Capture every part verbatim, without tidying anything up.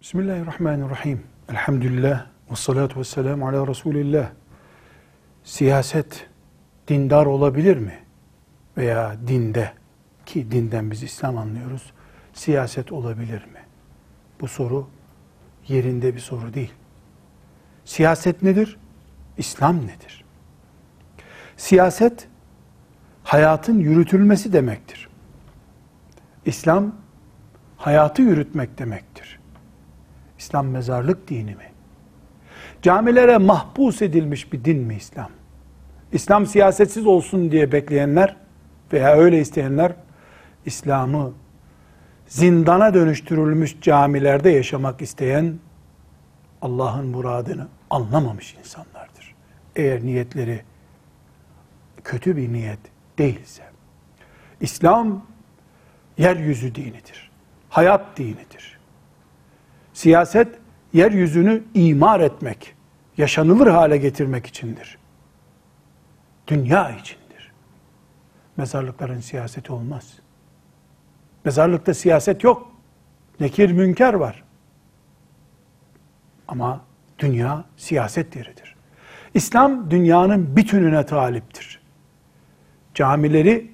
Bismillahirrahmanirrahim. Elhamdülillah ve salatu ve selamu ala Resulillah. Siyaset dindar olabilir mi? Veya dinde, ki dinden biz İslam anlıyoruz, siyaset olabilir mi? Bu soru yerinde bir soru değil. Siyaset nedir? İslam nedir? Siyaset, hayatın yürütülmesi demektir. İslam, hayatı yürütmek demektir. İslam mezarlık dini mi? Camilere mahpus edilmiş bir din mi İslam? İslam siyasetsiz olsun diye bekleyenler veya öyle isteyenler, İslam'ı zindana dönüştürülmüş camilerde yaşamak isteyen, Allah'ın muradını anlamamış insanlardır. Eğer niyetleri kötü bir niyet değilse. İslam, yeryüzü dinidir. Hayat dinidir. Siyaset, yeryüzünü imar etmek, yaşanılır hale getirmek içindir. Dünya içindir. Mezarlıkların siyaseti olmaz. Mezarlıkta siyaset yok. Nekir münker var. Ama dünya siyaset yeridir. İslam dünyanın bütününe taliptir. Camileri,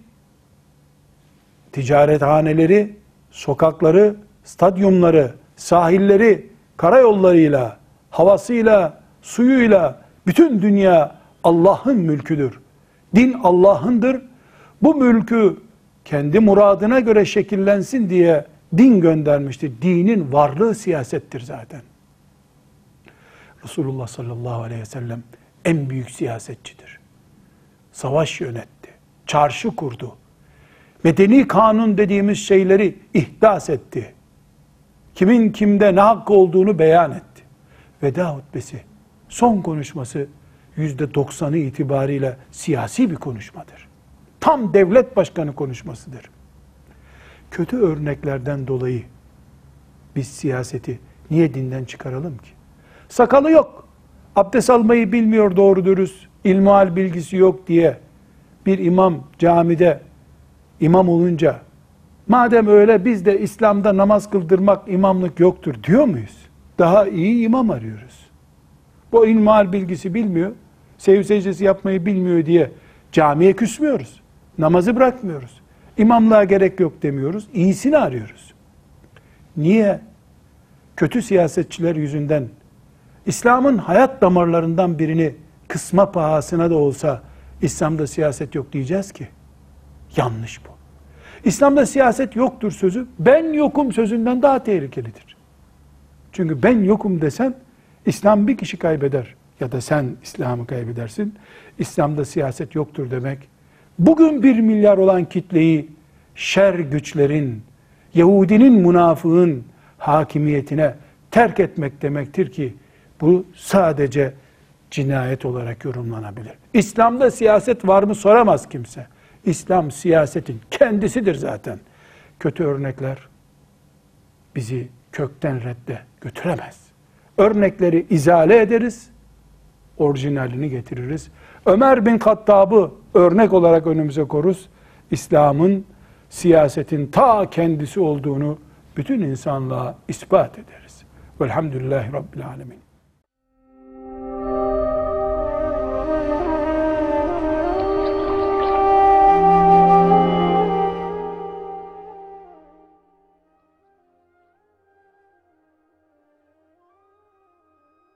ticarethaneleri, sokakları, stadyumları, sahilleri, karayollarıyla, havasıyla, suyuyla, bütün dünya Allah'ın mülküdür. Din Allah'ındır. Bu mülkü kendi muradına göre şekillensin diye din göndermiştir. Dinin varlığı siyasettir zaten. Resulullah sallallahu aleyhi ve sellem en büyük siyasetçidir. Savaş yönetti, çarşı kurdu. Medeni kanun dediğimiz şeyleri ihdas etti. Kimin kimde ne hakkı olduğunu beyan etti. Veda hutbesi, son konuşması yüzde doksanı itibariyle siyasi bir konuşmadır. Tam devlet başkanı konuşmasıdır. Kötü örneklerden dolayı biz siyaseti niye dinden çıkaralım ki? Sakalı yok, abdest almayı bilmiyor doğru dürüst, ilmihal bilgisi yok diye bir imam camide imam olunca, madem öyle biz de İslam'da namaz kıldırmak imamlık yoktur diyor muyuz? Daha iyi imam arıyoruz. Bu ilmihal bilgisi bilmiyor, sev secdesi yapmayı bilmiyor diye camiye küsmüyoruz. Namazı bırakmıyoruz. İmamlığa gerek yok demiyoruz. İyisini arıyoruz. Niye? Kötü siyasetçiler yüzünden İslam'ın hayat damarlarından birini kısma pahasına da olsa İslam'da siyaset yok diyeceğiz ki? Yanlış bu. İslam'da siyaset yoktur sözü, ben yokum sözünden daha tehlikelidir. Çünkü ben yokum desen, İslam bir kişi kaybeder ya da sen İslam'ı kaybedersin. İslam'da siyaset yoktur demek, bugün bir milyar olan kitleyi şer güçlerin, Yahudinin, münafığın hakimiyetine terk etmek demektir ki, bu sadece cinayet olarak yorumlanabilir. İslam'da siyaset var mı soramaz kimse. İslam siyasetin kendisidir zaten. Kötü örnekler bizi kökten redde götüremez. Örnekleri izale ederiz, orijinalini getiririz. Ömer bin Hattab'ı örnek olarak önümüze koruz. İslam'ın siyasetin ta kendisi olduğunu bütün insanlığa ispat ederiz. Velhamdülillahi Rabbil Alemin.